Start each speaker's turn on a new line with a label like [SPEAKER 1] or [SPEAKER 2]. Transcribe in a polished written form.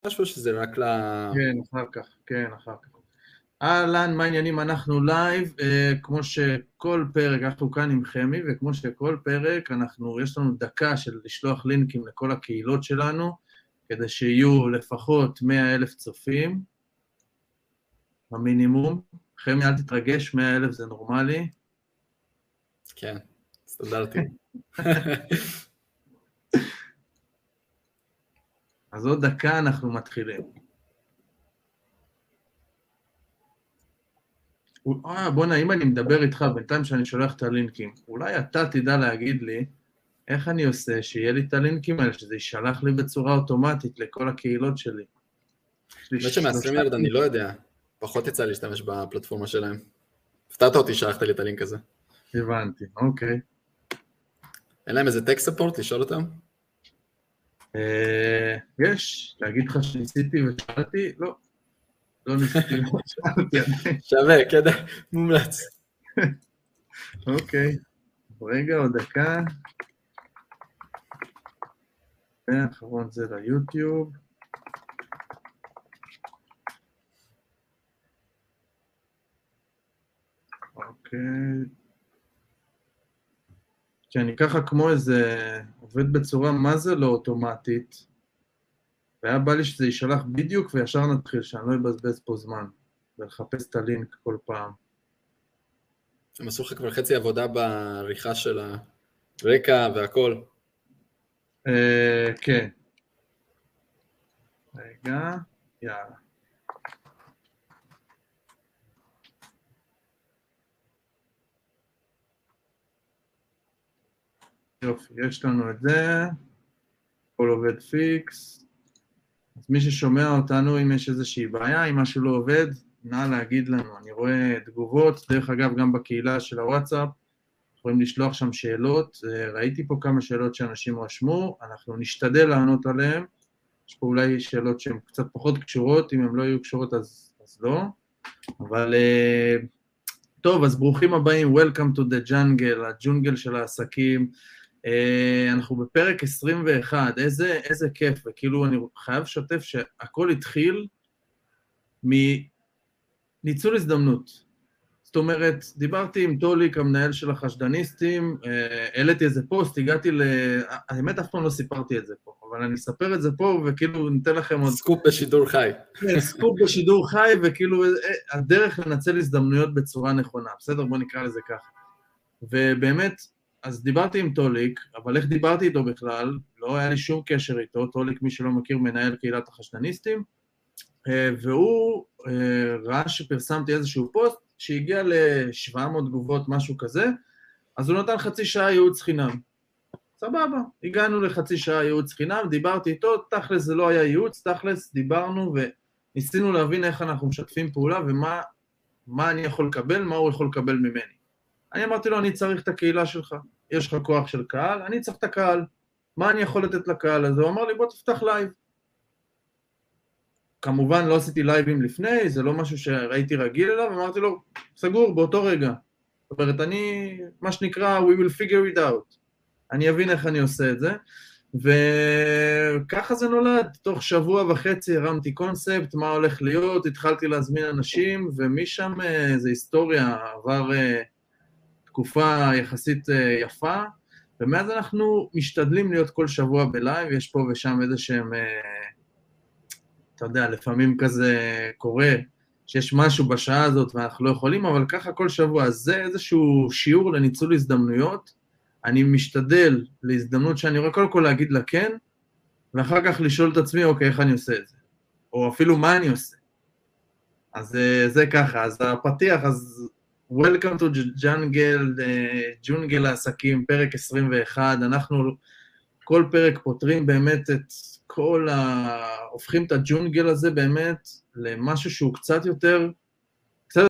[SPEAKER 1] משהו שזה רק
[SPEAKER 2] כן, אחר כך. אהלן, מה העניינים? אנחנו לייב, כמו שכל פרק, אנחנו כאן עם חמי, וכמו שכל פרק, יש לנו דקה של לשלוח לינקים לכל הקהילות שלנו, כדי שיהיו לפחות 100,000 צופים, המינימום. חמי, אל תתרגש, 100,000 זה נורמלי.
[SPEAKER 1] כן, סטנדרטי.
[SPEAKER 2] אז עוד דקה אנחנו מתחילים. בוא'נה, אם אני מדבר איתך בינתיים שאני שולח את הלינקים, אולי אתה תדע להגיד לי איך אני עושה שיהיה לי את הלינקים האלה, שזה יישלח לי בצורה אוטומטית לכל הקהילות שלי.
[SPEAKER 1] באמת שמהסטרימיירד אני לא יודע, פחות יצא להשתמש בפלטפורמה שלהם. הפתעת אותי, שלחת לי את הלינק הזה.
[SPEAKER 2] הבנתי, אוקיי.
[SPEAKER 1] אין להם איזה טק ספורט לשאול אותם?
[SPEAKER 2] יש, להגיד לך שניסיתי ושאלתי? לא. לא ניסיתי ושאלתי.
[SPEAKER 1] שווה, כדאי, מומלץ.
[SPEAKER 2] אוקיי, רגע, עוד דקה. והאחרון זה ליוטיוב. אוקיי. שאני ככה כמו איזה עובד בצורה מה זה לא אוטומטית, והיה בא לי שזה יישלח בדיוק וישר נתחיל, שאני לא אבזבז פה זמן, ולחפש את הלינק כל פעם.
[SPEAKER 1] הם עשו לך כבר חצי עבודה בעריכה של הרקע והכל.
[SPEAKER 2] כן. רגע, יאללה. יופי, יש לנו את זה, כל עובד פיקס. אז מי ששומע אותנו, אם יש איזושהי בעיה, אם משהו לא עובד, נא להגיד לנו. אני רואה תגובות, דרך אגב, גם בקהילה של הוואטסאפ, יכולים לשלוח שם שאלות, ראיתי פה כמה שאלות שאנשים רשמו, אנחנו נשתדל לענות עליהן, יש פה אולי שאלות שהן קצת פחות קשורות, אם הן לא יהיו קשורות אז לא, אבל טוב, אז ברוכים הבאים, Welcome to the jungle, הג'ונגל של העסקים, אנחנו בפרק 21, איזה כיף, וכאילו אני חייב לשתף שהכל התחיל מניצול הזדמנות. זאת אומרת, דיברתי עם טוליק, המנהל של החשדניסטים, העליתי איזה פוסט, הגעתי האמת אף פעם לא סיפרתי את זה פה, אבל אני אספר את זה פה, וכאילו ניתן לכם עוד...
[SPEAKER 1] סקופ בשידור חי.
[SPEAKER 2] כן, סקופ בשידור חי, וכאילו הדרך לנצל הזדמנויות בצורה נכונה, בסדר? בוא נקרא לזה ככה. ובאמת, אז דיברתי עם טוליק, אבל איך דיברתי איתו בכלל? לא היה לי שום קשר איתו, טוליק, מי שלא מכיר, מנהל קהילת החשדניסטים, והוא ראה שפרסמתי איזשהו פוסט, שהגיע ל-700 תגובות, משהו כזה, אז הוא נתן חצי שעה ייעוץ חינם. סבבה, הגענו לחצי שעה ייעוץ חינם, דיברתי איתו, תכלס זה לא היה ייעוץ, תכלס דיברנו וניסינו להבין איך אנחנו משתפים פעולה ומה אני יכול לקבל, מה הוא יכול לקבל ממני. אני אמרתי לו, אני צריך את הקהילה שלך, יש לך כוח של קהל, אני צריך את הקהל, מה אני יכול לתת לקהל הזה? הוא אמר לי, בוא תפתח לייב. כמובן לא עשיתי לייבים לפני, זה לא משהו שהייתי רגיל אליו, אמרתי לו, סגור, באותו רגע. זאת אומרת, אני, מה שנקרא, we will figure it out. אני אבין איך אני עושה את זה, וככה זה נולד, תוך שבוע וחצי הרמתי קונספט, מה הולך להיות, התחלתי להזמין אנשים, ומשם זה היסטוריה, עבר תקופה יחסית יפה, ומאז אנחנו משתדלים להיות כל שבוע בלייב, יש פה ושם איזה שהם... אתה יודע, לפעמים כזה קורה שיש משהו בשעה הזאת ואנחנו לא יכולים, אבל ככה כל שבוע, אז זה איזשהו שיעור לניצול הזדמנויות, אני משתדל להזדמנות שאני רואה קודם כל להגיד לה כן, ואחר כך לשאול את עצמי, אוקיי, איך אני עושה את זה? או אפילו מה אני עושה? אז זה ככה, אז הפתיח, אז Welcome to jungle, ג'ונגל העסקים, פרק 21, אנחנו כל פרק פותרים באמת את הופכים את הג'ונגל הזה באמת למשהו שהוא קצת יותר